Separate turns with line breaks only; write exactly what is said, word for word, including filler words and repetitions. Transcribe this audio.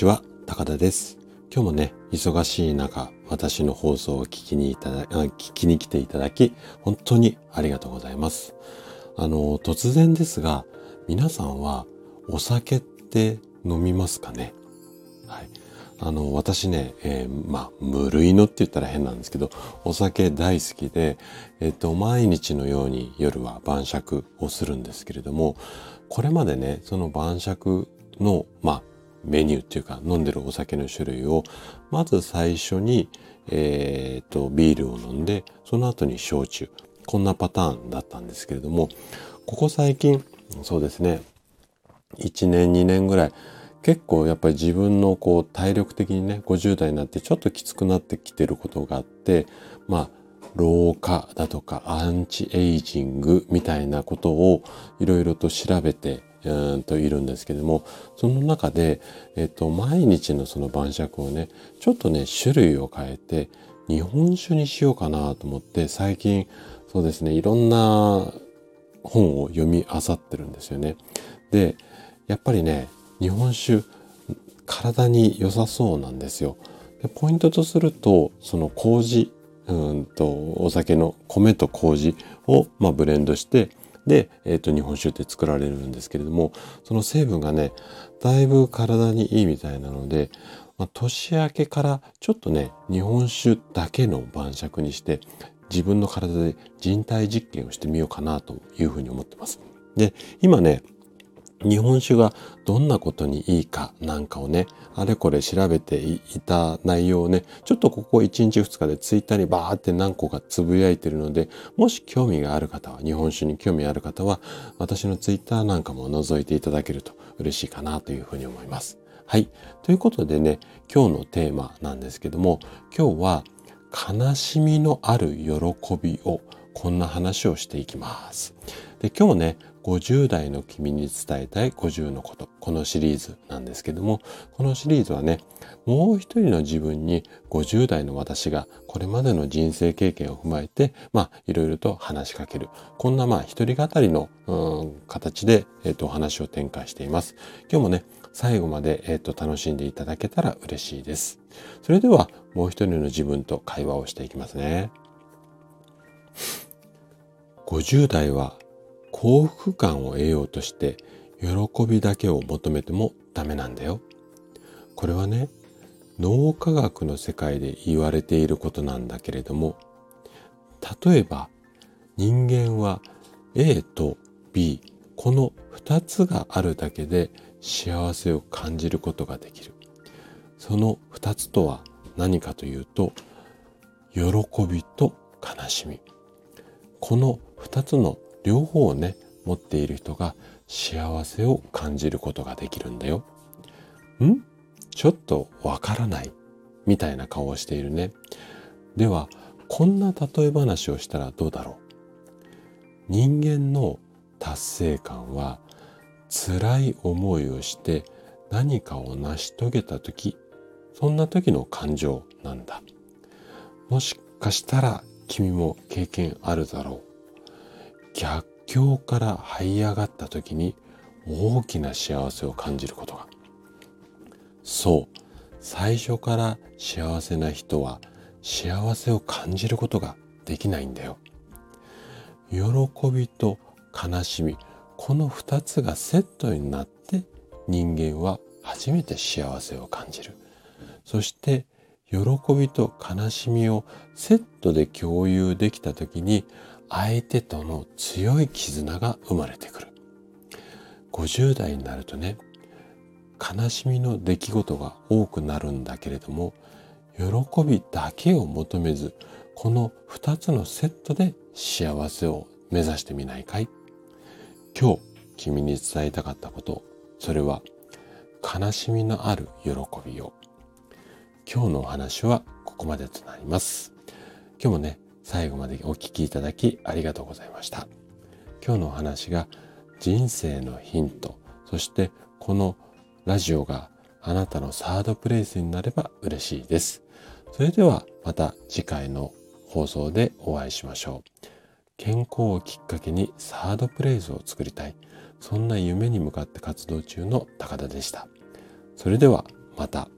ちは、高田です。今日もね、忙しい中、私の放送を聞きにいただ、あ聞きに来ていただき、本当にありがとうございます。あの、突然ですが、皆さんはお酒って飲みますかね？はい。あの、私ね、えー、まあ、無類のって言ったら変なんですけど、お酒大好きで、えっと、毎日のように夜は晩酌をするんですけれども、これまでね、その晩酌の、まあ、メニューっていうか、飲んでるお酒の種類を、まず最初に、えっと、ビールを飲んで、その後に焼酎。こんなパターンだったんですけれども、ここ最近、そうですね、いちねん、にねんぐらい、結構やっぱり自分のこう体力的にね、ごじゅう代になってちょっときつくなってきてることがあって、まあ、老化だとかアンチエイジングみたいなことをいろいろと調べてうーんといるんですけども、その中で、えっと、毎日のその晩酌をね、ちょっとね、種類を変えて日本酒にしようかなと思って最近そうですね、いろんな本を読み漁ってるんですよね。で、やっぱりね、日本酒、体に良さそうなんですよ。でポイントとすると、その麹、うんと、お酒の米と麹を、まあ、ブレンドして、で、えっと、日本酒って作られるんですけれども、その成分がね、だいぶ体にいいみたいなので、まあ、年明けからちょっとね、日本酒だけの晩酌にして、自分の体で人体実験をしてみようかなというふうに思ってます。で、今ね、日本酒がどんなことにいいかなんかをね、あれこれ調べていた内容をね、ちょっとここいちにちふつかでツイッターにバーって何個かつぶやいてるので、もし興味がある方は、日本酒に興味ある方は、私のツイッターなんかも覗いていただけると嬉しいかなというふうに思います。はい。ということでね、今日のテーマなんですけども、今日は悲しみのある喜びを、こんな話をしていきます。で、今日ね、ごじゅう代の君に伝えたいごじゅうのこと。このシリーズなんですけども、このシリーズはね、もう一人の自分にごじゅう代の私がこれまでの人生経験を踏まえて、まあ、いろいろと話しかける。こんなまあ、一人語りの、うん、形で、えっと、お話を展開しています。今日もね、最後まで、えっと、楽しんでいただけたら嬉しいです。それでは、もう一人の自分と会話をしていきますね。ごじゅう代は幸福感を得ようとして喜びだけを求めてもダメなんだよ。これはね、脳科学の世界で言われていることなんだけれども、例えば人間は A と B、このふたつがあるだけで幸せを感じることができる。そのふたつとは何かというと、喜びと悲しみ。このふたつの両方をね、持っている人が幸せを感じることができるんだよ。ん？ちょっとわからないみたいな顔をしているね。では、こんな例え話をしたらどうだろう。人間の達成感は辛い思いをして何かを成し遂げたとき、そんな時の感情なんだ。もしかしたら君も経験あるだろう。逆境から這い上がった時に大きな幸せを感じることが。そう、最初から幸せな人は幸せを感じることができないんだよ。喜びと悲しみ、この二つがセットになって人間は初めて幸せを感じる。そして喜びと悲しみをセットで共有できた時に相手との強い絆が生まれてくる。ごじゅう代になるとね、悲しみの出来事が多くなるんだけれども、喜びだけを求めず、この二つのセットで幸せを目指してみないかい？今日君に伝えたかったこと、それは悲しみのある喜びを。今日のお話はここまでとなります。今日もね、最後までお聞きいただきありがとうございました。今日のお話が人生のヒント、そしてこのラジオがあなたのサードプレイスになれば嬉しいです。それではまた次回の放送でお会いしましょう。健康をきっかけにサードプレイスを作りたい。そんな夢に向かって活動中の高田でした。それではまた